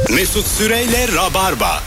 Mesut Süreyle Rabarba.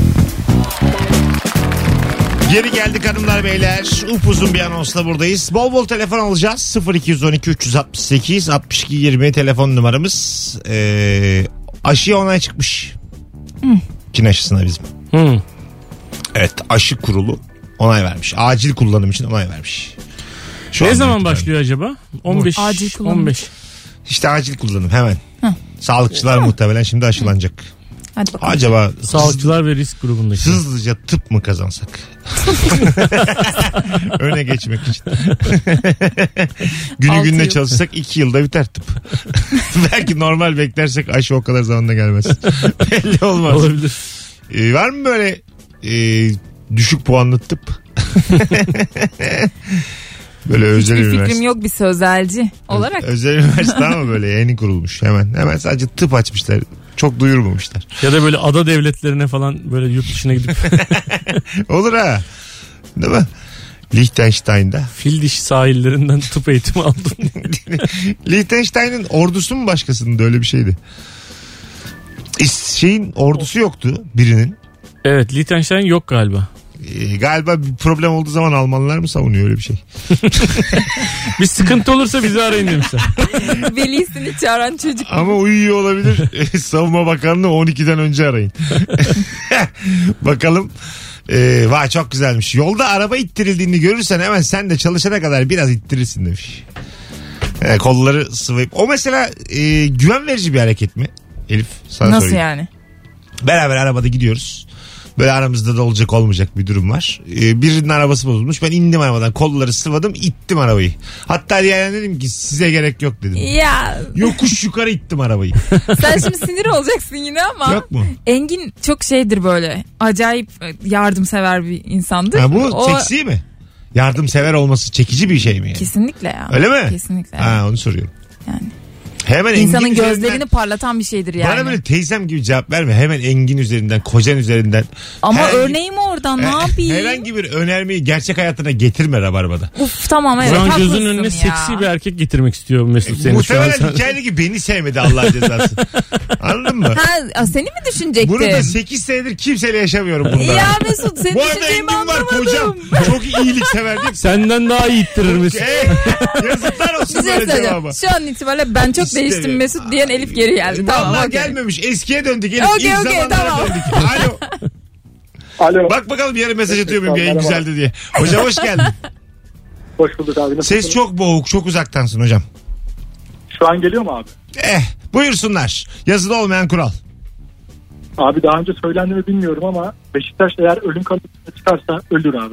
Geri geldik hanımlar beyler. Upuzun bir anonsla buradayız. Bol bol telefon alacağız. 0212 368 62 20 telefon numaramız. Aşıya onay çıkmış. Çin aşısına bizim. Evet, aşı kurulu onay vermiş. Acil kullanım için onay vermiş. Ne zaman başlıyor acaba? 15. Acil kullanım. 15. İşte acil kullanım hemen. Sağlıkçılar muhtemelen şimdi aşılanacak. Hadi bakalım. Acaba Sağlıkçılar ve risk grubundaki. hızlıca tıp mı kazansak? Öne geçmek için. Günü 6 gününe yıl. çalışsak 2 yılda biter tıp. Belki normal beklersek aşı o kadar zamanda gelmez. Belli olmaz. Olabilir. Var mı böyle düşük puanlı tıp? Böyle özel Hiçbir fikrim üniversite. yok bir sözelci olarak. Özel üniversite ama böyle yeni kurulmuş hemen. Hemen sadece tıp açmışlar. Çok duyurmamışlar. Ya da böyle ada devletlerine falan böyle yurt dışına gidip Olur ha. Değil mi? Liechtenstein'da. fil dişi sahillerinden tıp eğitimi aldım. Liechtenstein'in ordusu mu başkasının da öyle bir şeydi. Şeyin ordusu yoktu birinin. Evet, Liechtenstein yok galiba. Galiba bir problem olduğu zaman Almanlar mı savunuyor öyle bir şey? Bir sıkıntı olursa bizi arayın demişler. Velisini çağıran çocuk. Ama uyuyor olabilir. Savunma Bakanlığı 12'den önce arayın. Bakalım. Vay çok güzelmiş. Yolda araba ittirildiğini görürsen hemen sen de çalışana kadar biraz ittirirsin demiş. Kolları sıvayıp. O mesela güven verici bir hareket mi? Elif sana Nasıl sorayım. yani? Beraber arabada gidiyoruz. Böyle aramızda da olacak olmayacak bir durum var. Birinin arabası bozulmuş. Ben indim arabadan, kolları sıvadım, ittim arabayı. Hatta yani dedim ki size gerek yok dedim. Ya Yokuş yukarı ittim arabayı. sen şimdi sinir olacaksın yine ama. Yok mu? Engin çok şeydir böyle. Acayip yardımsever bir insandır. Ha, bu seksi mi? Yardımsever olması çekici bir şey mi? Yani? Kesinlikle ya. Öyle mi? Kesinlikle. Ha, onu soruyorum. Yani. Hemen İnsanın Engin gözlerini üzerinden, parlatan bir şeydir yani. bana böyle teyzem gibi cevap verme. Hemen Engin üzerinden, kocan üzerinden. Ama Herhangi- örneğim oradan ne yapayım? Herhangi bir önermeyi gerçek hayatına getirme Rabarba'da. Uf tamam evet Şu an haklısın gözünün önüne ya. seksi bir erkek getirmek istiyor Mesut seni şu an. Muhtemelen hikayedeki beni sevmedi Allah cezası. Anladın mı? Ha, seni mi düşünecektim? Bunu da 8 senedir kimseyle yaşamıyorum bunda. Ya Mesut senin Bu arada düşüneceğimi Engin var anlamadım. kocam. Çok iyiliksever değil mi? Senden daha iyi ittirir Mesut. Yazıklar olsun Bir şey böyle söyleyeceğim. cevaba. Şu an itibariyle ben çok İşte değiştim ya. Mesut diyen Elif geri geldi. Tamam Vallahi okey. gelmemiş. Eskiye döndük. Elif. Okey, İlk okey, zamanlara tamam. döndük. Alo. Alo. Bak bakalım yarın mesaj atıyor muyum yayın Merhaba. güzeldi diye. Hocam hoş geldin. Hoş bulduk abi. Nasılsın? Ses çok boğuk, çok uzaktansın hocam. Şu an geliyor mu abi? Buyursunlar. Yazılı olmayan kural. Abi daha önce söylendi mi bilmiyorum ama Beşiktaş eğer ölüm kanatına çıkarsa ölür abi.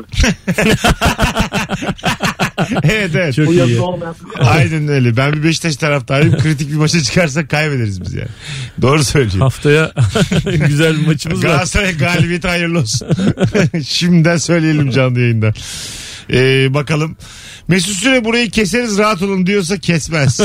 Evet. Çok Bu iyi. yazı olmayan Aynen öyle. Ben bir Beşiktaş taraftarıyım. Kritik bir maça çıkarsak kaybederiz biz yani. Doğru söylüyor. Haftaya güzel bir maçımız var. Galatasaray galibiyeti hayırlı olsun. Şimdiden söyleyelim canlı yayından. Bakalım. Mesut Süre burayı keseriz rahat olun diyorsa kesmez.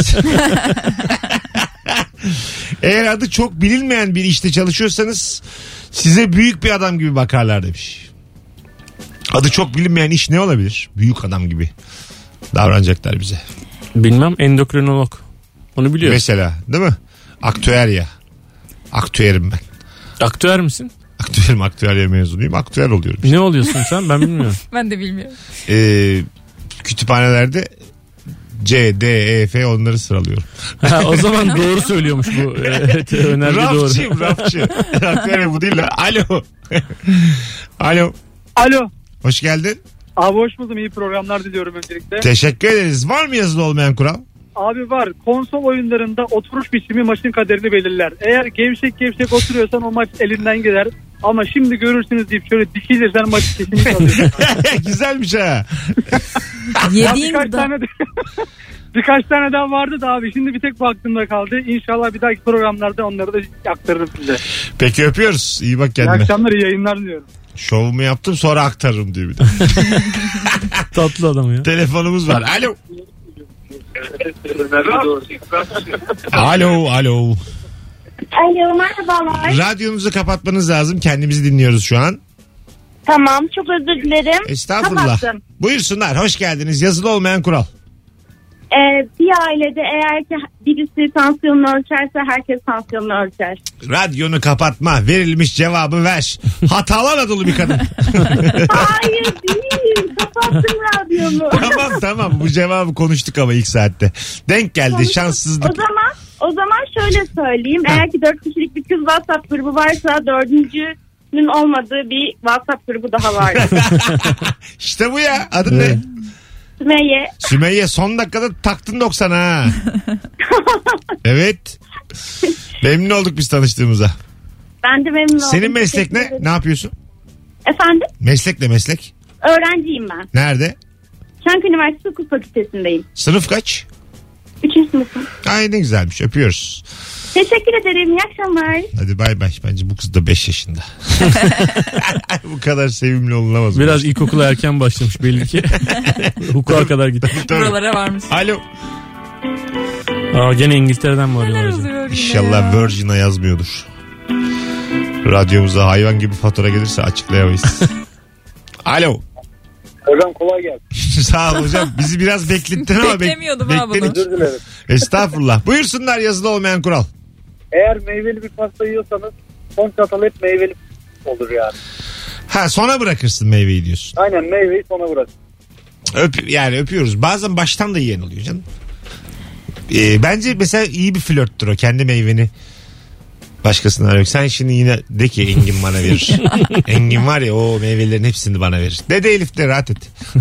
Eğer adı çok bilinmeyen bir işte çalışıyorsanız size büyük bir adam gibi bakarlar demiş. Adı çok bilinmeyen iş ne olabilir? Büyük adam gibi davranacaklar bize. Bilmem, endokrinolog. Onu biliyorum. Mesela değil mi? Aktüer ya. Aktüerim ben. Aktüer misin? Aktüerya mezunuyum. Aktüer oluyorum. Ne oluyorsun sen? Ben bilmiyorum. Ben de bilmiyorum. Kütüphanelerde C, D, E, F onları sıralıyorum. Ha, o zaman doğru söylüyormuş bu. Evet, önerge doğru. Rafçıyım rafçı. Aktüerya bu değil de. Alo. Alo. Alo. Hoş geldin. Abi hoş buldum. İyi programlar diliyorum öncelikle. Teşekkür ederiz. Var mı yazılı olmayan kural? Abi var. Konsol oyunlarında oturuş biçimi maçın kaderini belirler. Eğer gevşek oturuyorsan o maç elinden gider. Ama şimdi görürsünüz deyip şöyle dikilirsen maçı kesinlikle alıyorsun. Güzelmiş ha. Yediğin birkaç gıda. tane de... Birkaç tane daha vardı da abi şimdi bir tek bu aklımda kaldı. İnşallah bir dahaki programlarda onları da aktarırım size. Peki öpüyoruz. İyi bak İyi kendine. akşamlar, iyi yayınlar diliyorum. Şovumu yaptım sonra aktarırım diyor bir de. Tatlı adam ya. Telefonumuz var. Alo. Alo. Alo merhabalar. Radyonuzu kapatmanız lazım. Kendimizi dinliyoruz şu an. Tamam, çok özür dilerim. Estağfurullah. Kapattım. Buyursunlar. Hoş geldiniz. Yazılı olmayan kural. Bir ailede eğer ki birisi tansiyonunu ölçerse herkes tansiyonunu ölçer. Radyonu kapatma. Verilmiş cevabı ver. Hatalarla dolu bir kadın. Hayır değil. Kapattım radyomu. Tamam. Bu cevabı konuştuk ama ilk saatte. Denk geldi. Şanssızlık. O zaman şöyle söyleyeyim. Eğer ki 4 kişilik bir kız WhatsApp grubu varsa 4.'nün olmadığı bir WhatsApp grubu daha var. İşte bu ya. Adın ne? Sümeyye son dakikada taktın 90 ha. Evet. Memnun olduk biz tanıştığımıza. Ben de memnun oldum. Senin meslek ne? Ne yapıyorsun? Efendim? Meslek ne meslek? Öğrenciyim ben. Nerede? Çankaya Üniversitesi Hukuk Fakültesindeyim. Sınıf kaç? 3. sınıfım. Ay ne güzelmiş, öpüyoruz. Teşekkür ederim, iyi akşamlar. Hadi bay bay. Bence bu kız da 5 yaşında. Bu kadar sevimli olunamaz. Biraz ilkokula erken başlamış belli ki. Hukuka kadar gitti. Buralara varmış. Alo. Gene İngiltere'den mi arıyorlar Neler acaba? oluyor yine İnşallah ya? Virgin'a yazmıyordur. Radyomuza hayvan gibi fatura gelirse açıklayamayız. Alo. Hocam kolay gelsin. Sağ ol hocam. Bizi biraz beklettin ama Beklemiyordum ha bunu. bekledik. Özür dilerim. Estağfurullah. Buyursunlar, yazılı olmayan kural. Eğer meyveli bir pasta yiyorsanız son çatal hep meyveli olur yani. Ha, sona bırakırsın meyveyi diyorsun. Aynen, meyveyi sona bırak. Yani öpüyoruz. Bazen baştan da yiyen oluyor canım. Bence mesela iyi bir flörttür o. Kendi meyveni başkasına vermek. Sen şimdi yine de ki Engin bana verir. Engin var ya, o meyvelerin hepsini bana verir. De Elif de rahat et.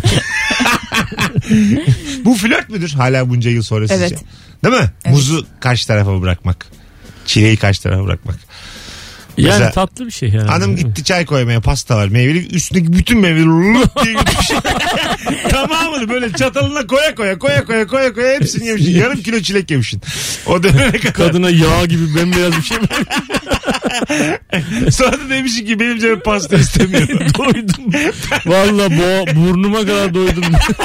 Bu flört müdür hala bunca yıl sonra sizce? Evet. Değil mi? Evet. Muzu karşı tarafa bırakmak. Çileği karşı tarafa bırakmak. Yani Mesela tatlı bir şey yani. hanım gitti çay koymaya, pasta var meyveli, üstündeki bütün meyveleri lüp diye gitmiş. Tamamını böyle çatalına koya hepsini yemişsin. Yarım kilo çilek yemişsin. O dönene kadar. Kadına yağ gibi bembeyaz bir şey mi? Sonra da demişsin ki benim canım pasta istemiyorum. Doydum. Valla burnuma kadar doydum.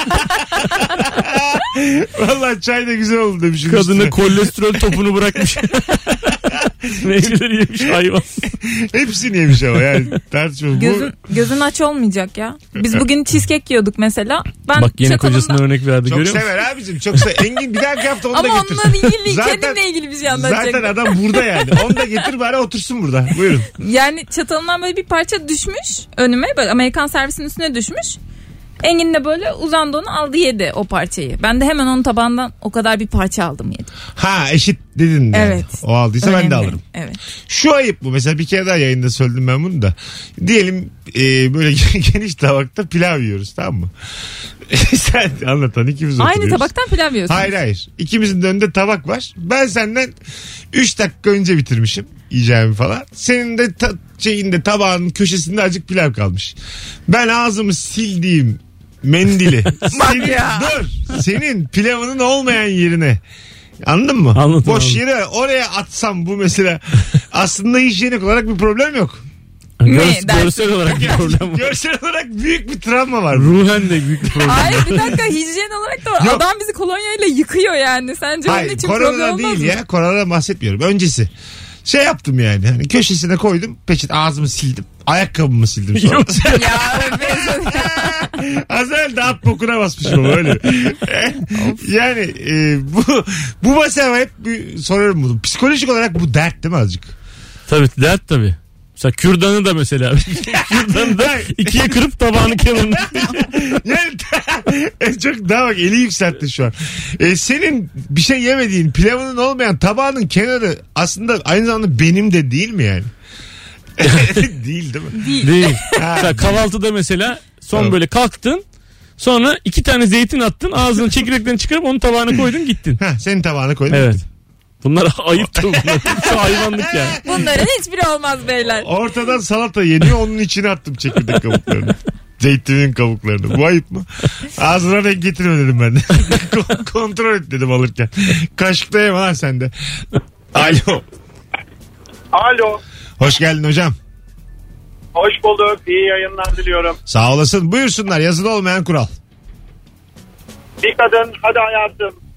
Vallahi çay da güzel oldu demişim. Kadına üstüne. kolesterol topunu bırakmış. Meyveleri yemiş hayvan. Hepsini yemiş ama yani tartışma. Gözün aç olmayacak ya. Biz bugün cheesecake yiyorduk mesela. Ben Bak yine çatalımda- kocasına örnek verdi, Çok görüyor musun? sever abicim, çok sever. Engin bir dahaki hafta onu da Ama getir. onunla ilgili, Zaten- kendimle ilgili bir şey anlatacak. Zaten adam burada yani. Onu da getir bari otursun burada. Buyurun. Yani çatalından böyle bir parça düşmüş önüme. Böyle Amerikan servisinin üstüne düşmüş. Engin de böyle uzandı, onu aldı yedi o parçayı. Ben de hemen onun tabağından o kadar bir parça aldım yedim. Ha, eşit dedin de. Evet. O aldıysa ben de alırım. Evet. Şu ayıp bu. Mesela bir kere daha yayında söyledim ben bunu da. Diyelim böyle geniş tabakta pilav yiyoruz, tamam mı? Sen anlatan, ikimiz Aynı oturuyoruz. tabaktan pilav yiyorsun. Hayır. İkimizin de önünde tabak var. Ben senden 3 dakika önce bitirmişim yiyeceğimi falan. Senin de tabağın köşesinde acık pilav kalmış. Ben ağzımı sildiğim mendili senin pilavının olmayan yerine, anladın mı? Anladım, Boş anladım. yere oraya atsam bu mesela aslında hijyenik olarak bir problem yok. dersin? Görsel olarak bir problem var. Görsel olarak büyük bir travma var. Ruhen de büyük bir problem. Hayır, bir dakika, hijyen olarak da var. Yok. Adam bizi kolonyayla yıkıyor yani. Sence onun Hayır, için problem korona olmaz değil mı? ya. Koronadan bahsetmiyorum. Öncesi. Şey yaptım yani. Hani köşesine koydum. Peçet, ağzımı sildim. Ayakkabımı sildim sonra. Ya Az evvel de at bokuna basmışım ama öyle. Yani bu mesela hep bir soruyorum bunu. Psikolojik olarak bu dert değil mi azıcık? Tabii dert tabii. Mesela kürdanı da mesela. Kürdanı da ikiye kırıp tabağını kenarına. Yani çok daha bak, eli yükseltti şu an. Senin bir şey yemediğin, pilavının olmayan tabağının kenarı aslında aynı zamanda benim de değil mi yani? Değil mi? Değil. Mesela kahvaltıda mesela Tamam. böyle kalktın. Sonra 2 tane zeytin attın. Ağzının çekirdeklerini çıkarıp onun tabağına koydun, gittin. Senin tabağına koydum. Evet. Bunlar ayıp tabii. Şu hayvanlık yani. bunların hiçbiri olmaz beyler. Ortadan salata yeniyor, onun içine attım çekirdek kabuklarını. Zeytinin kabuklarını. Bu ayıp mı? Ağzına renk getirme dedim ben de. Kontrol et dedim alırken. Kaşıkla yeme ha sen de. Alo. Alo. Hoş geldin hocam. Hoş bulduk. İyi yayınlar diliyorum. Sağ olasın. Buyursunlar, yazılı olmayan kural. Bir kadın hadi hayatım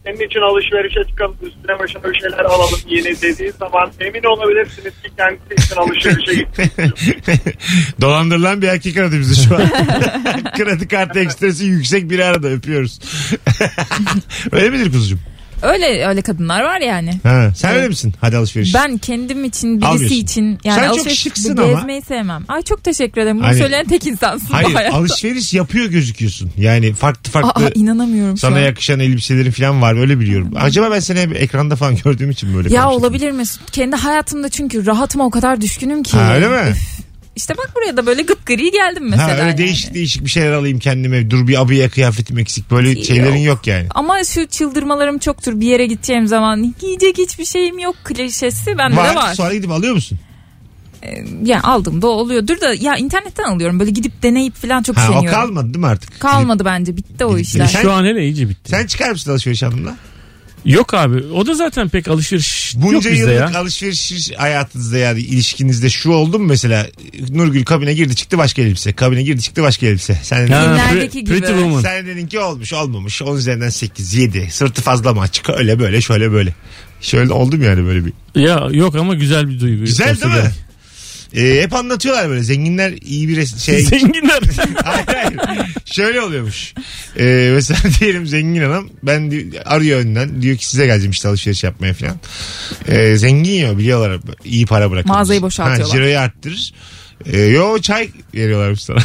senin için alışverişe çıkalım, üstüne başına bir şeyler alalım yeni dediği zaman emin olabilirsiniz ki kendisi için alışverişe gitmek. Dolandırılan bir erkek aradı bizi şu an. Kredi kartı ekstresi yüksek biri arada, öpüyoruz. Öyle midir kuzucuğum? Öyle kadınlar var yani. Ha, sen öyle misin? Hadi alışveriş. Ben kendim için, birisi Almıyorsun. için yani Sen çok alışveriş şıksın ama. gezmeyi sevmem. Ay çok teşekkür ederim. Bunu Hani- söyleyen tek insansın. Hayır, bu hayatta. alışveriş yapıyor gözüküyorsun. Yani farklı İnanamıyorum şu sana an. yakışan elbiselerin falan var, öyle biliyorum. Acaba ben seni hep ekranda falan gördüğüm için böyle Ya konuşuyorum. olabilir Mesut. Kendi hayatımda çünkü rahatıma o kadar düşkünüm ki. Ha, öyle mi? İşte bak buraya da böyle gri geldim mesela. Ha, öyle yani. değişik bir şeyler alayım kendime. Dur bir abiye kıyafetim eksik. Böyle Yok. şeylerin yok yani. Ama şu çıldırmalarım çoktur. Bir yere gideceğim zaman giyecek hiçbir şeyim yok klişesi bende de var. Sonra gidip alıyor musun? Yani aldım da oluyordur da ya internetten alıyorum. Böyle gidip deneyip falan çok Ha, o üşeniyorum. kalmadı değil mi artık? Kalmadı bence. Bitti o Gidip- işler. Sen- Şu an hele iyice bitti. Sen çıkar mısın alışveriş hanımla? Yok abi. O da zaten pek alışveriş yok Bunca bizde yıllık ya. alışveriş hayatınızda, yani ilişkinizde şu oldu mu mesela? Nurgül kabine girdi çıktı başka elbise. Kabine girdi çıktı başka elbise. Sen Ha, Filmlerdeki gibi. Pretty Woman. Sen dedin ki olmuş olmamış. 10 üzerinden 8 7. Sırtı fazla mı açık? Öyle böyle şöyle böyle. Şöyle oldu mu yani böyle bir? Ya yok ama güzel bir duygu. Güzel olsa değil mi? gerek. Hep anlatıyorlar böyle. Zenginler iyi bir şey. Zenginler. Hayır. Şöyle oluyormuş. Mesela diyelim zengin adam. Arıyor önden. Diyor ki size geleceğim işte alışveriş yapmaya falan. Zengin ya, biliyorlar. İyi para bırakıyor. Mağazayı boşaltıyorlar. Ciroyu arttırır. Yo çay veriyorlarmış sana.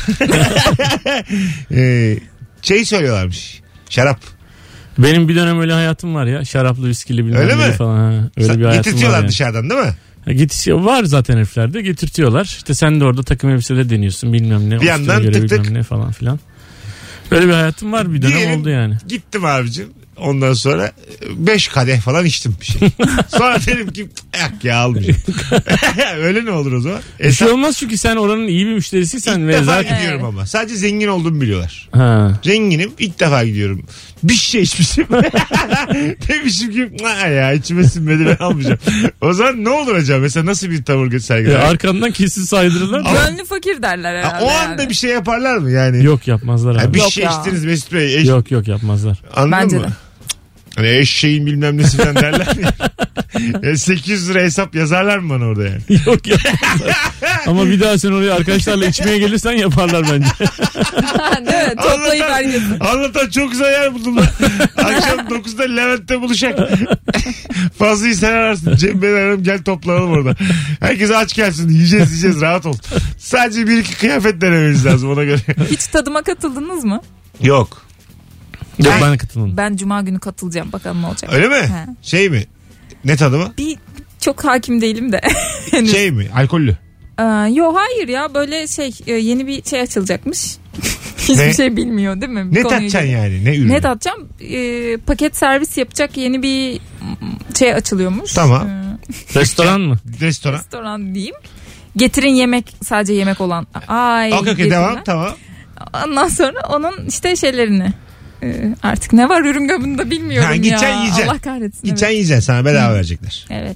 Şey söylüyorlarmış. Şarap. Benim bir dönem öyle hayatım var ya. Şaraplı, viskili bilmem Öyle ne mi? falan. Ha. Öyle bir hayatım var Getirtiyorlar yani. dışarıdan değil mi? Var zaten heriflerde, getirtiyorlar. İşte sen de orada takım elbiseleri deniyorsun bilmem ne. Bir yandan göre tık tık. bilmem ne falan filan. Böyle bir hayatım var, bir dönem Diyelim, oldu yani. Gittim abicim. Ondan sonra 5 kadeh falan içtim bir şey. Sonra dedim ki yak ya almayacağım. Öyle ne olur o zaman? Bir şey olmaz çünkü sen oranın iyi bir müşterisiysen İlk ve defa zaten... gidiyorum ama. Sadece zengin olduğumu biliyorlar. Ha. Zenginim, ilk defa gidiyorum. Bir şey içmişim. Demişim ki ya içime sinmedi, ben almayacağım. O zaman ne olur acaba? Mesela nasıl bir tavır sergiler? Arkandan kesin saydırırlar. Gönlü fakir derler herhalde. O anda bir şey yaparlar mı yani? Yok yapmazlar Ha, abi. bir Yok şey ya. içtiniz Mesut Bey. Yok yapmazlar. Anladın Bence mı? de. Hani eşeğin bilmem nesi falan derler ya. 800 lira hesap yazarlar mı bana orada yani? Yok yapmazlar. Ama bir daha sen oraya arkadaşlarla içmeye gelirsen yaparlar bence. Değil mi? Toplayıp herkes. Anlatan çok güzel yer buldum lan. Akşam 9'da Levent'te buluşak. Fazlıyı sen ararsın. Cem ben ararım, gel toplanalım orada. Herkes aç gelsin. Yiyeceğiz rahat ol. Sadece bir iki kıyafet denememiz lazım ona göre. Hiç tadıma katıldınız mı? Yok. Yok ben katılmadım. Ben cuma günü katılacağım. Bakalım ne olacak. Öyle mi? He. Şey mi? Ne tadı mı? Bir çok hakim değilim de. Şey mi? Alkollü. Yo hayır ya böyle yeni bir şey açılacakmış. Hiçbir Ne? şey bilmiyor değil mi? Ne Konuyu tatacaksın bilmiyor. yani? Ne ürün? Ne tatacağım? Paket servis yapacak yeni bir şey açılıyormuş. Tamam. Restoran mı? Restoran. Restoran diyeyim. Getirin yemek, sadece yemek olan. Ay. Okey getirin. devam tamam. Ondan sonra onun işte şeylerini. Artık ne var ürün gömünde bilmiyorum Ha, ya. gideceksin, yiyeceksin. Allah kahretsin. Gideceksin Evet. yiyeceksin, sana bedava verecekler. Evet.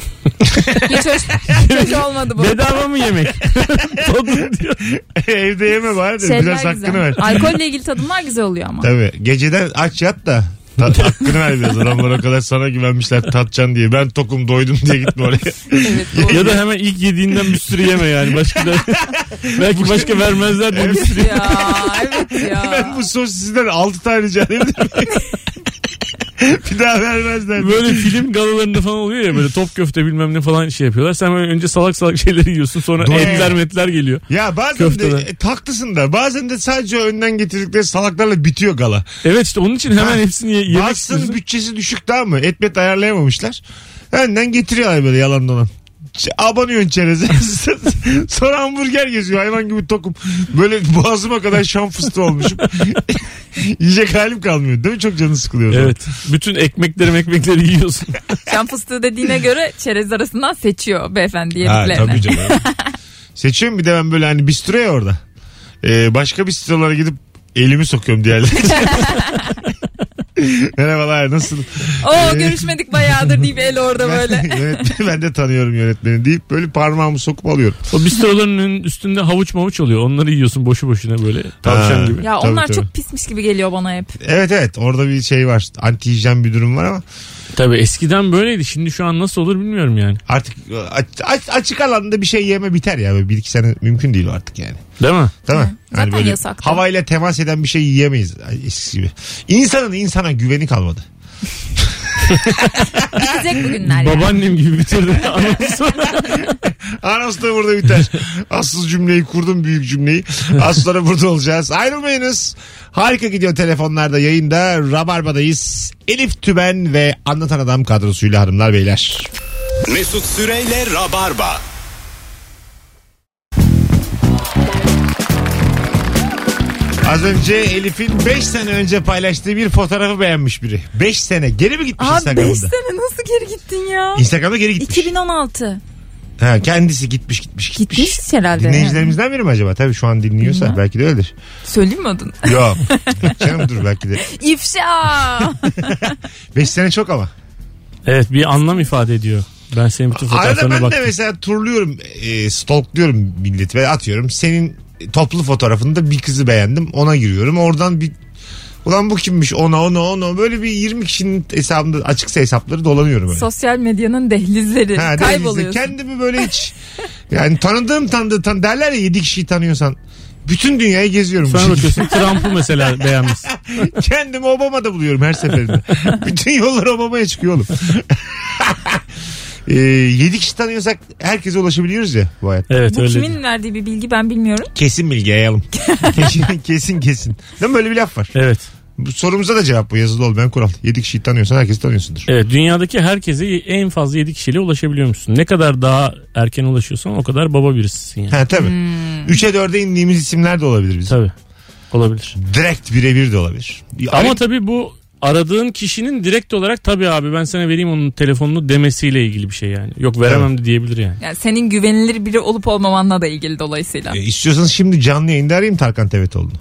hiç hoş olmadı bu. Bedava mı yemek? Tadını diyor. Evde yeme bari de Şeyler biraz hakkını güzel. ver. Alkolle ilgili tadımlar güzel oluyor ama. Tabii geceden aç yat da hakkını ver biraz. Adamlar o kadar sana güvenmişler tatacaksın diye. Ben tokum doydum diye gitme oraya. Evet, doğru. Ya da hemen ilk yediğinden bir sürü yeme yani. Belki başka vermezler diye bir sürü. ya evet ya. Ben bu sosisinden 6 tane rica edebilir miyim? Bir daha vermezler. Böyle film galalarında falan oluyor ya, böyle top köfte bilmem ne falan şey yapıyorlar. Sen böyle önce salak şeyleri yiyorsun, sonra Doğru. etler metler geliyor. Ya bazen Köfteler. de haklısın da bazen de sadece önden getirdikleri salaklarla bitiyor gala. Evet işte onun için hemen Ha. hepsini yemek Bazısının istiyorsun. bütçesi düşük, tamam mı? Et met ayarlayamamışlar. Önden getiriyorlar böyle yalan dolan. Abanıyorsun çereze. Sonra hamburger geziyor hayvan gibi tokum. Böyle boğazıma kadar şam fıstığı olmuşum. Yiyecek halim kalmıyor değil mi? Çok canı sıkılıyor. Evet. Bütün ekmekleri yiyorsun. Şam fıstığı dediğine göre çerez arasından seçiyor beyefendi Ha, yediklerini. tabii canım. Seçiyorum, bir de ben böyle hani bistro ya orada. Başka bistrolara gidip elimi sokuyorum diğerlerine. Merhabalar, nasılsın? Oo görüşmedik bayağıdır deyip el orada böyle. Ben de tanıyorum yönetmeni deyip böyle parmağımı sokup alıyorum. O bistroların üstünde havuç mavuç oluyor. Onları yiyorsun boşu boşuna böyle. Tavşan gibi. Ya Tabii, onlar tabii. çok pismiş gibi geliyor bana hep. Evet orada bir şey var. Anti hijyen bir durum var ama Tabii eskiden böyleydi. Şimdi şu an nasıl olur bilmiyorum yani. artık açık alanda bir şey yeme biter ya. Böyle 1-2 sene mümkün değil artık yani. Değil mi? Değil mi? Zaten böyle yasaktı. havayla temas eden bir şey yiyemeyiz eskisi gibi. İnsanın insana güveni kalmadı. Bitecek bugünler ya. Babaannem gibi bitirdi anonsu. Anons da burada biter. Asıl cümleyi kurdum, büyük cümleyi. Az sonra burada olacağız. Ayrılmayınız. Harika gidiyor telefonlarda, yayında. Rabarba'dayız. Elif Tüben ve Anlatan Adam kadrosuyla hanımlar beyler. Mesut Süreyle Rabarba. Az önce Elif'in 5 sene önce paylaştığı bir fotoğrafı beğenmiş biri. 5 sene. Geri mi gitmiş Abi 5 Instagram'da? sene nasıl geri gittin ya? Instagram'da geri gitmiş. 2016. Ha, kendisi gitmiş. Gitmiş herhalde. Dinleyicilerimizden biri mi acaba? Tabii şu an dinliyorsa Bilmem. belki de öyledir. Söyleyeyim mi adını? Yok. Canım dur belki de. İfşa. 5 sene çok ama. Evet, bir anlam ifade ediyor. Ben senin bütün Arada fotoğraflarına ben baktım. de mesela turluyorum, stalkluyorum milleti ve atıyorum. Senin toplu fotoğrafında bir kızı beğendim. Ona giriyorum. Oradan bir ulan bu kimmiş, ona böyle bir 20 kişinin hesabında, açıksa hesapları dolanıyorum öyle. Sosyal medyanın dehlizleri. Ha, Kayboluyorsun. kendimi böyle hiç yani tanıdığı derler ya, 7 kişiyi tanıyorsan bütün dünyayı geziyorum. Sonra bakıyorsun Trump'ı mesela beğenmişsin. Kendimi Obama'da buluyorum her seferinde. Bütün yollar Obama'ya çıkıyor oğlum. 7 kişi tanıyorsak herkese ulaşabiliyoruz ya bu hayatta. Evet Bu öyle. kimin verdiği bir bilgi ben bilmiyorum. Kesin bilgi yayalım. kesin. Değil mi, böyle bir laf var. Evet. Bu sorumuza da cevap bu, yazılı olmayan kural. 7 kişiyi tanıyorsan herkesi tanıyorsundur. Evet, dünyadaki herkese en fazla 7 kişiyle ulaşabiliyormuşsun. Ne kadar daha erken ulaşıyorsan o kadar baba birisisin yani. Ha tabii. 3'e 4'e indiğimiz isimler de olabilir bizim. Tabii. Olabilir. Direkt birebir de olabilir. Ama tabii bu aradığın kişinin direkt olarak tabii abi ben sana vereyim onun telefonunu demesiyle ilgili bir şey yani. Yok veremem de diyebilir yani. Yani senin güvenilir biri olup olmamanla da ilgili dolayısıyla. İstiyorsanız şimdi canlı yayında arayayım Tarkan Tevetoğlu'nu.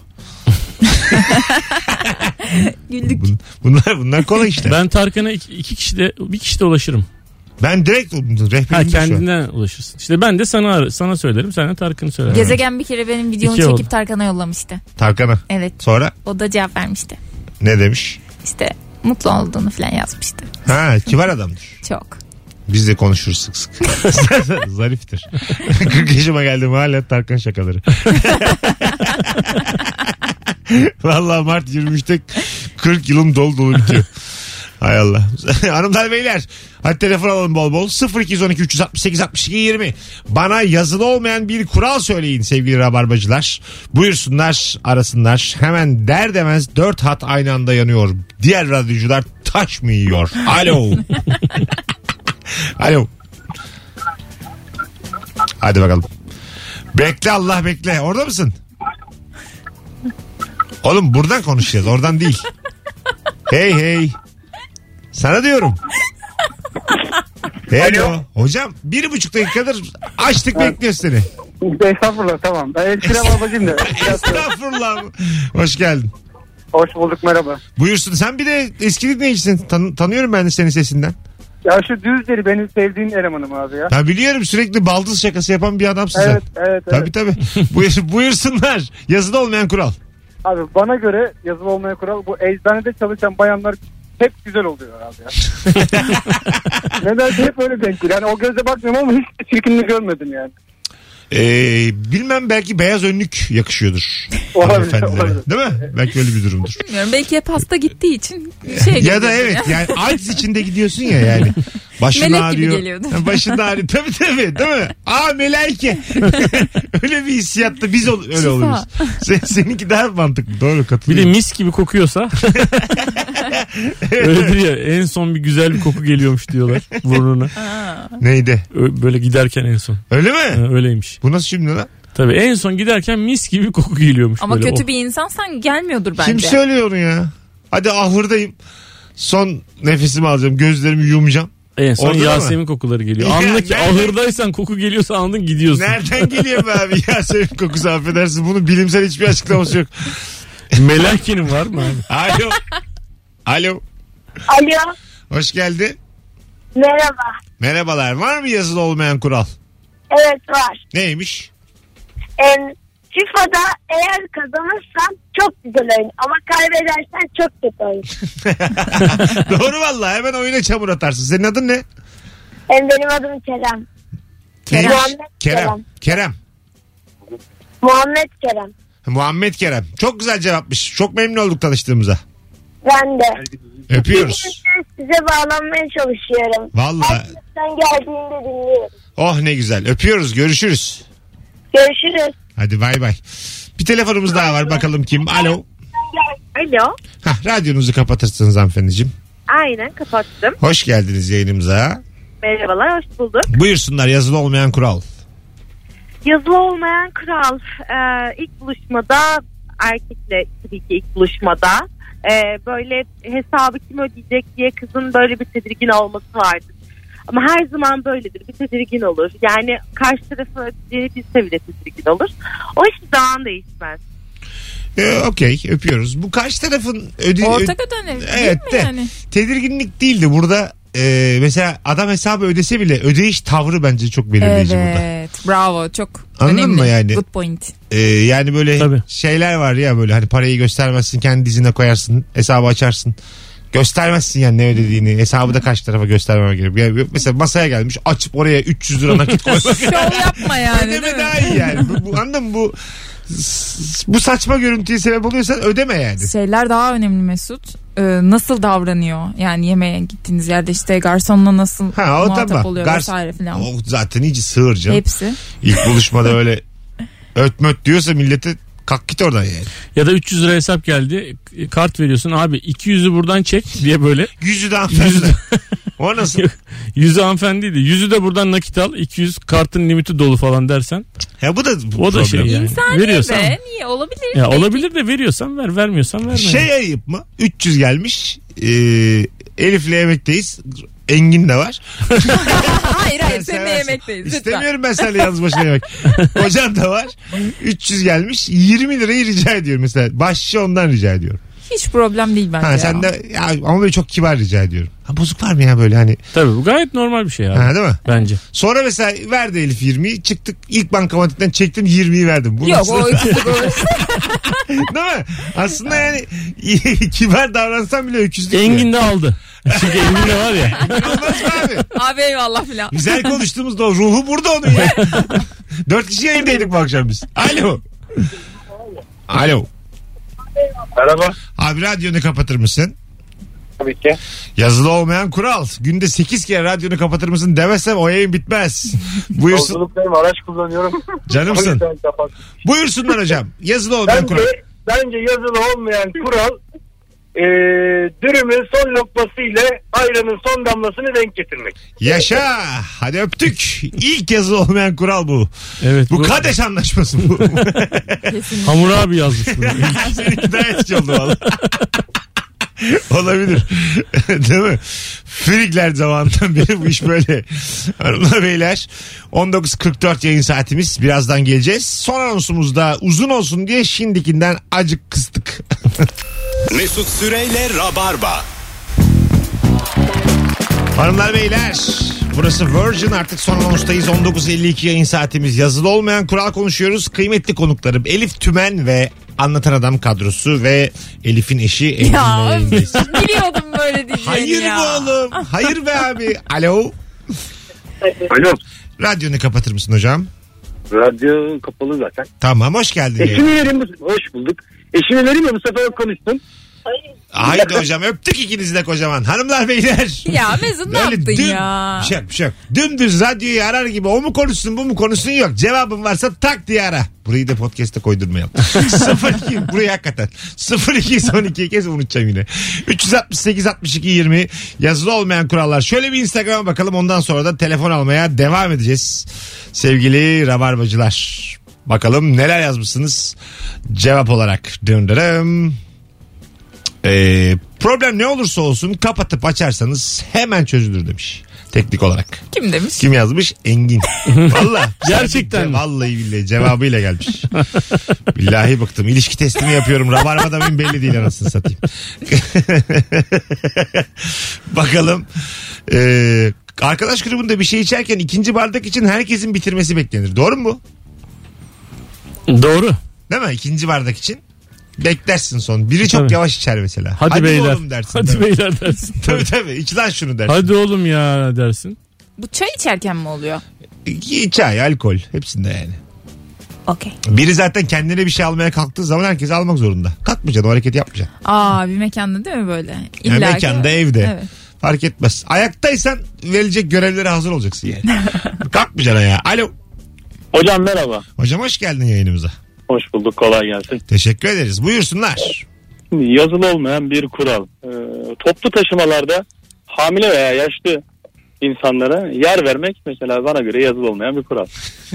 Güldük. Bunlar kolay işte. Ben Tarkan'a bir kişi de ulaşırım. Ben direkt rehberim. Ha, kendinden ulaşırsın. İşte ben de sana söylerim, sen de Tarkan'ı söylerim. Gezegen bir kere benim videomu İki çekip oldu. Tarkan'a yollamıştı. Tarkan'a. Evet. Sonra O da cevap vermişti. ne demiş? İşte mutlu olduğunu falan yazmıştı. Ha, kibar adamdır. Çok. Biz de konuşuruz sık sık. Zariftir. 40 yaşıma geldim hala Tarkan şakaları. Vallahi Mart 23'te 40 yılım dolu bitiyor. Hay Allah. Hanımlar beyler, hadi telefon alalım bol bol. 0212 368 62 20. Bana yazılı olmayan bir kural söyleyin sevgili rabarbacılar. Buyursunlar, arasınlar. Hemen der demez 4 hat aynı anda yanıyor. Diğer radyocular taş mı yiyor? Alo. Alo. Hadi bakalım. Bekle Allah bekle. Orada mısın? Oğlum buradan konuşacağız. Oradan değil. Hey. Sana diyorum. Hello. Hocam 1,5 dakikadır açtık, bekliyoruz seni. Estağfurullah, tamam. Ben Elçire babacığım da. Estağfurullah. Hoş geldin. Hoş bulduk, merhaba. Buyursun. Sen bir de eski dinleyicisin. Tanıyorum ben de senin sesinden. Ya şu Düzleri benim sevdiğin elemanım abi ya. Ya biliyorum, sürekli baldız şakası yapan bir adamsın Evet, sen. evet. Tabii. Buyursunlar. Yazıda olmayan kural. Abi bana göre yazılı olmaya kural, bu eczanede çalışan bayanlar hep güzel oluyor abi ya. Nedense hep öyle denk geliyor. Yani o gözle bakmıyorum ama hiç çirkinlik görmedim yani. Bilmem, belki beyaz önlük yakışıyordur. Olabilir. Değil mi? Belki öyle bir durumdur. Bilmiyorum, belki hep hasta gittiği için Ya da evet yani aciz içinde gidiyorsun ya yani. Başın Melek gibi ağrıyor. geliyordu. Başın ağrıyor. Tabii değil mi? Melaike. Öyle bir hissiyatta biz öyle Şifa. oluruz. Seninki daha mantıklı. Doğru, Bir de katılıyorum. mis gibi kokuyorsa öyledir ya, en son bir güzel bir koku geliyormuş diyorlar burnuna. Neydi? Böyle giderken en son. Öyle mi? Ha, öyleymiş. Bu nasıl şimdi lan? Tabii en son giderken mis gibi bir koku geliyormuş. Ama böyle. kötü bir insansan gelmiyordur bence. Kim söylüyor onu ya? Hadi ahırdayım. Son nefesimi alacağım. Gözlerimi yumacağım. En son Orada Yasemin kokuları geliyor. Ya, Anla ki nereden- ahırdaysan koku geliyorsa anladın, gidiyorsun. Nereden geliyor be abi? Yasemin kokusu, affedersin. Bunun bilimsel hiçbir açıklaması yok. Melaikenin var mı abi? Alo. Alo. Alo. Hoş geldin. Merhaba. Merhabalar. Var mı yazılı olmayan kural? Evet var. Neymiş? FIFA'da eğer kazanırsan çok güzel oyun ama kaybedersen çok kötü oyun. Doğru vallahi, hemen oyuna çamur atarsın. Senin adın ne? Benim adım Kerem. Neymiş? Muhammed Kerem. Kerem. Muhammed Kerem. Muhammed Kerem. Çok güzel cevapmış. Çok memnun olduk tanıştığımıza. Ben de. Öpüyoruz. Size bağlanmaya çalışıyorum. Vallahi. Sen geldiğinde dinliyorum. Oh ne güzel. Öpüyoruz. Görüşürüz. Görüşürüz. Hadi bay bay. Bir telefonumuz daha var. Bakalım kim? Alo. Alo. Radyonuzu kapatırsınız hanımefendiciğim. Aynen kapattım. Hoş geldiniz yayınımıza. Merhabalar, hoş bulduk. Buyursunlar, yazılı olmayan kural. Yazılı olmayan kural. İlk buluşmada, erkekle tabii ki ilk buluşmada böyle hesabı kim ödeyecek diye kızın böyle bir tedirgin olması vardır. Ama her zaman böyledir. Bir tedirgin olur. Yani karşı tarafı ödeyeceğini bilse bile tedirgin olur. O hiçbir zaman değişmez. Okey, öpüyoruz. Bu karşı tarafın Ortak ödeme değil evet, mi yani? Tedirginlik değildi burada. Mesela adam hesabı ödese bile ödeyiş tavrı bence çok belirleyici burada. Evet, bravo, çok Anladın önemli. mı yani? Good point. Yani böyle Tabii. şeyler var ya, böyle hani parayı göstermezsin, kendi dizine koyarsın, hesabı açarsın. Göstermezsin yani ne ödediğini. Hesabı da karşı tarafa göstermeme gerekiyor. Yani mesela masaya gelmiş, açıp oraya 300 lira nakit koymak. Şov yapma yani, değil Ödeme mi? daha iyi yani. Anladın mı? Bu saçma görüntüye sebep oluyorsan ödeme yani. Şeyler daha önemli Mesut. Nasıl davranıyor? Yani yemeğe gittiğiniz yerde işte garsonla nasıl Ha, o muhatap tamam. oluyor vesaire falan. O zaten iyice sığır canım. Hepsi. İlk buluşmada öyle ötmöt diyorsa millete kalk git oradan yani. Ya da 300 lira hesap geldi. Kart veriyorsun abi 200'ü buradan çek diye böyle. Yüzü de hanımefendi. O nasıl? Yüzü hanımefendiydi. Yüzü de buradan nakit al. 200 kartın limiti dolu falan dersen. Ya bu da O da şey yani. İnsani Veriyorsan. be. Niye? Olabilir. Ya olabilir de veriyorsan ver, vermiyorsan verme. Şey ayıp mı? 300 gelmiş. Elif'le yemekteyiz. Engin de var. Hayır Sen seninle seversin. yemekteyiz lütfen. İstemiyorum ben seninle yalnız başına yemek. Kocan da var. 300 gelmiş. 20 lirayı rica ediyorum mesela. Başçı ondan rica ediyorum. Hiç problem değil bence. Ha, sen ya. de ya, ama böyle çok kibar rica ediyorum. Ha, bozuk var mı ya böyle hani? Tabii bu gayet normal bir şey abi. Ha, değil mi? Bence. Sonra mesela verdi Elif 20'yi. Çıktık ilk bankamatikten çektim 20'yi verdim. Bu Yok nasıl? o öküzlük olur. Değil mi? Aslında yani kibar davransan bile öküzlük. Engin de aldı. Çünkü Engin de var ya. Olmaz mı abi? Abi eyvallah filan. Güzel konuştuğumuzda o ruhu burada onun ya. 4 kişi yayındaydık bu akşam biz. Alo. Alo. Merhaba. Abi radyonu kapatır mısın? Tabii ki. Yazılı olmayan kural. Günde 8 kere radyonu kapatır mısın demezsem o yayın bitmez. Buyursun. Yolculuktayım, araç kullanıyorum. Canımsın. Buyursunlar hocam. Yazılı olmayan kural. Bence yazılı olmayan kural dürümün son lokması ile ayranın son damlasını denk getirmek. Yaşa. Hadi öptük. İlk yazılı olmayan kural bu. Evet. Bu Kadeş anlaşması bu. Kesinlikle. Hamur abi yazmış bunu. Seninki daha eski oldu valla. Olabilir. Değil mi? Frikler zamanından beri bu iş böyle. Hanımlar beyler 19.44 yayın saatimiz. Birazdan geleceğiz. Son anonsumuzda uzun olsun diye şimdikinden acık kıstık. Mesut Süreyle Rabarba. Hanımlar beyler burası Virgin, artık son anonstayız. 19.52 yayın saatimiz. Yazılı olmayan kural konuşuyoruz. Kıymetli konuklarım Elif Tümen ve Anlatan Adam kadrosu ve Elif'in eşi Engin'le Ya yayındayız. biliyordum böyle diyeceğini Hayır ya. be oğlum. Hayır be abi. Alo. Alo. Radyonu kapatır mısın hocam? Radyo kapalı zaten. Tamam, hoş geldin. Eşimi vereyim. Hoş bulduk. Eşimi vereyim mi? Bu sefer konuştun. Haydi hocam, öptük ikinizi de kocaman. Hanımlar beyler. Ya Mesut ne Böyle yaptın ya? Bir şey yok. Dümdüz radyoyu arar gibi o mu konuşsun bu mu konuşsun yok. Cevabın varsa tak diye ara. Burayı da podcast'te koydurmayalım. 02 burayı hakikaten. 0212 kez unutacağım yine. 368 62 20 yazılı olmayan kurallar. Şöyle bir Instagram'a bakalım, ondan sonra da telefon almaya devam edeceğiz. Sevgili rabarbacılar. Bakalım neler yazmışsınız cevap olarak. Dındırım. Problem ne olursa olsun kapatıp açarsanız hemen çözülür demiş. Teknik olarak. Kim demiş? Kim yazmış? Engin. Valla. Gerçekten mi? Vallahi billahi cevabıyla gelmiş. Billahi bıktım. İlişki testimi yapıyorum. Rabarba'da benim belli değil anasını satayım. Bakalım. Arkadaş grubunda bir şey içerken ikinci bardak için herkesin bitirmesi beklenir. Doğru mu bu? Doğru. Değil mi? İkinci bardak için beklersin son. Biri çok Tabii. yavaş içer mesela. Hadi beyler. oğlum dersin. Hadi beyler dersin. Tabii. İç lan şunu dersin. Hadi oğlum ya dersin. Bu çay içerken mi oluyor? Çay, alkol. Hepsinde yani. Okey. Biri zaten kendine bir şey almaya kalktığı zaman herkes almak zorunda. Kalkmayacaksın, o hareketi yapmayacaksın. Bir mekanda değil mi böyle? Yani İlla ki- mekanda, evde. Evet. Fark etmez. Ayaktaysan verilecek görevlere hazır olacaksın yani. Kalkmayacaksın ya. Alo. Hocam merhaba. Hocam hoş geldin yayınımıza. Hoş bulduk, kolay gelsin. Teşekkür ederiz. Buyursunlar. Yazılı olmayan bir kural. Toplu taşımalarda hamile veya yaşlı insanlara yer vermek mesela bana göre yazılı olmayan bir kural.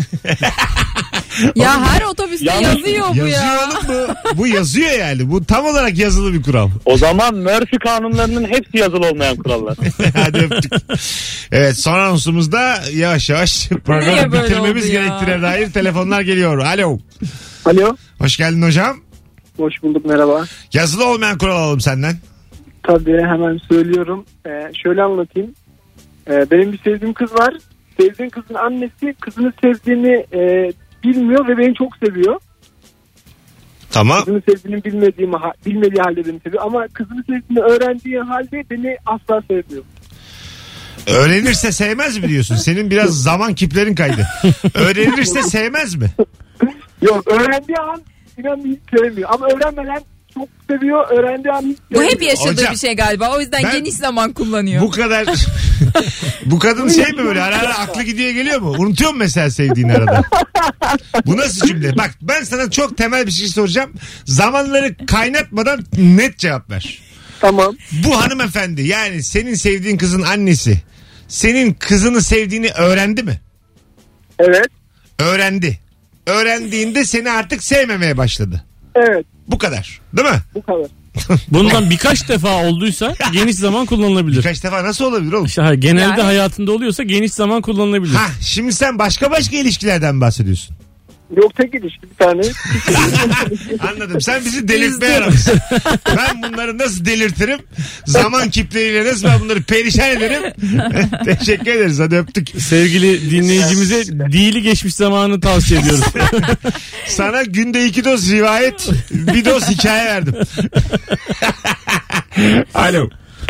Ya her otobüste Yanlış. yazıyor bu ya. Yazıyor oğlum bu. Bu yazıyor yani. Bu tam olarak yazılı bir kural. O zaman Murphy kanunlarının hepsi yazılı olmayan kurallar. Hadi öptük. Evet, son anonsumuzda yavaş yavaş programı Niye böyle bitirmemiz oldu ya? gerektiğine dair telefonlar geliyor. Alo. Alo. Hoş geldin hocam. Hoş bulduk, merhaba. Yazılı olmayan kural alalım senden. Tabii hemen söylüyorum. Şöyle anlatayım. Benim bir sevdiğim kız var. Sevdiğim kızın annesi kızını sevdiğini bilmiyor ve beni çok seviyor. Tamam. Kızını sevdiğini bilmediği halde beni seviyor. Ama kızını sevdiğini öğrendiği halde beni asla sevmiyor. Öğrenirse sevmez mi diyorsun? Senin biraz zaman kiplerin kaydı. Öğrenirse sevmez mi? Yok, öğrendiği an inan hiç sevmiyor. Ama öğrenmeden çok seviyor. Öğrendiği an hiç Bu sevmiyor. hep yaşadığı Hocam, bir şey galiba. O yüzden ben- geniş zaman kullanıyor. Bu kadar bu kadın şey mi böyle ara ara aklı gidiyor geliyor mu? Unutuyor mu mesela sevdiğini arada? Bu nasıl cümle? Bak ben sana çok temel bir şey soracağım. Zamanları kaynatmadan net cevap ver. Tamam. Bu hanımefendi yani senin sevdiğin kızın annesi senin kızını sevdiğini öğrendi mi? Evet. Öğrendi. Öğrendiğinde seni artık sevmemeye başladı. Evet. Bu kadar. Değil mi? Bu kadar. Bundan birkaç defa olduysa geniş zaman kullanılabilir. Birkaç defa nasıl olabilir oğlum? İşte genelde Yani- hayatında oluyorsa geniş zaman kullanılabilir. Ha, şimdi sen başka ilişkilerden bahsediyorsun. Yok, tek ilişki bir tane. Anladım. Sen bizi delirtmeye aramışsın. Ben bunları nasıl delirtirim? Zaman kipleriyle nasıl ben bunları perişan ederim? Teşekkür ederiz. Hadi öptük. Sevgili dinleyicimize dili geçmiş zamanı tavsiye ediyoruz. Sana günde 2 doz rivayet, 1 doz hikaye verdim. Alo.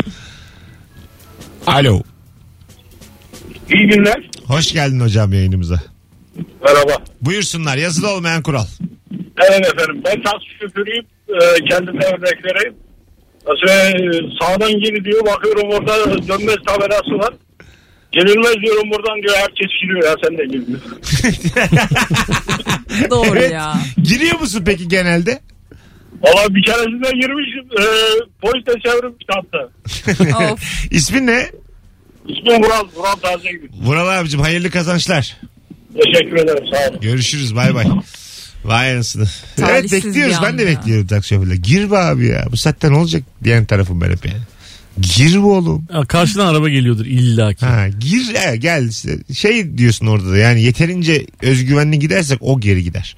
Alo. İyi günler. Hoş geldin hocam yayınımıza. Merhaba. Buyursunlar. Yazılı olmayan kural. Evet efendim, ben taksi şoförüyüm. Kendime örnek vereyim. Sağdan geri diyor, bakıyorum orada dönmez tabelası var. Gelilmez diyorum buradan diyor, herkes giriyor ya, sen de giriyor. Doğru Evet. ya. Giriyor musun peki genelde? Valla bir keresinde girmişim, polis de çevirmiş hatta. Of. İsmin ne? İsmim Vural Tazegül. Vural abicim hayırlı kazançlar. Teşekkür ederim, sağ olun. Görüşürüz, bay bay. Vay anasını. Evet, Talihsiz bekliyoruz. bir Ben de anda. bekliyorum taksi şoförle. Gir be abi ya. Bu saatten olacak diyen tarafım ben hep yani. Gir bu oğlum. Ya karşıdan araba geliyordur illaki. Ha, gir gel. Şey diyorsun orada da yani yeterince özgüvenli gidersek o geri gider.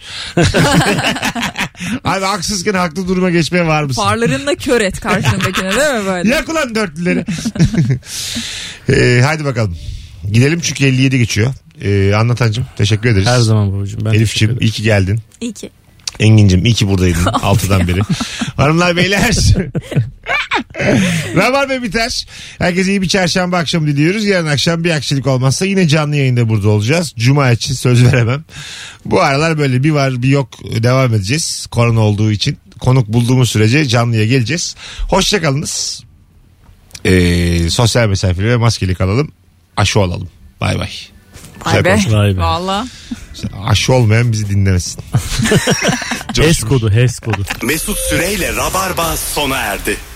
Abi haksızken haklı duruma geçmeye var mısın? Farlarınla kör et karşındakine değil mi böyle? Yak ulan dörtlüleri. Hadi bakalım. Gidelim çünkü 57 geçiyor. Anlatancım teşekkür ederiz. Her zaman babacığım. Ben teşekkür Elif'ciğim ederim. iyi ki geldin. İyi ki. Engin'cim iyi ki buradaydın 6'dan beri. Hanımlar beyler. Rabarba biter. Herkese iyi bir çarşamba akşamı diliyoruz. Yarın akşam bir aksilik olmazsa yine canlı yayında burada olacağız. Cuma için söz veremem. Bu aralar böyle bir var bir yok devam edeceğiz. Korona olduğu için. Konuk bulduğumuz sürece canlıya geleceğiz. Hoşçakalınız. Sosyal mesafeli ve maskeli kalalım. Aşı olalım. Bay bay. Vay be. Vay be. Valla. Aşı olmayan bizi dinlemesin. HES kodu. Mesut Süreyle Rabarba sona erdi.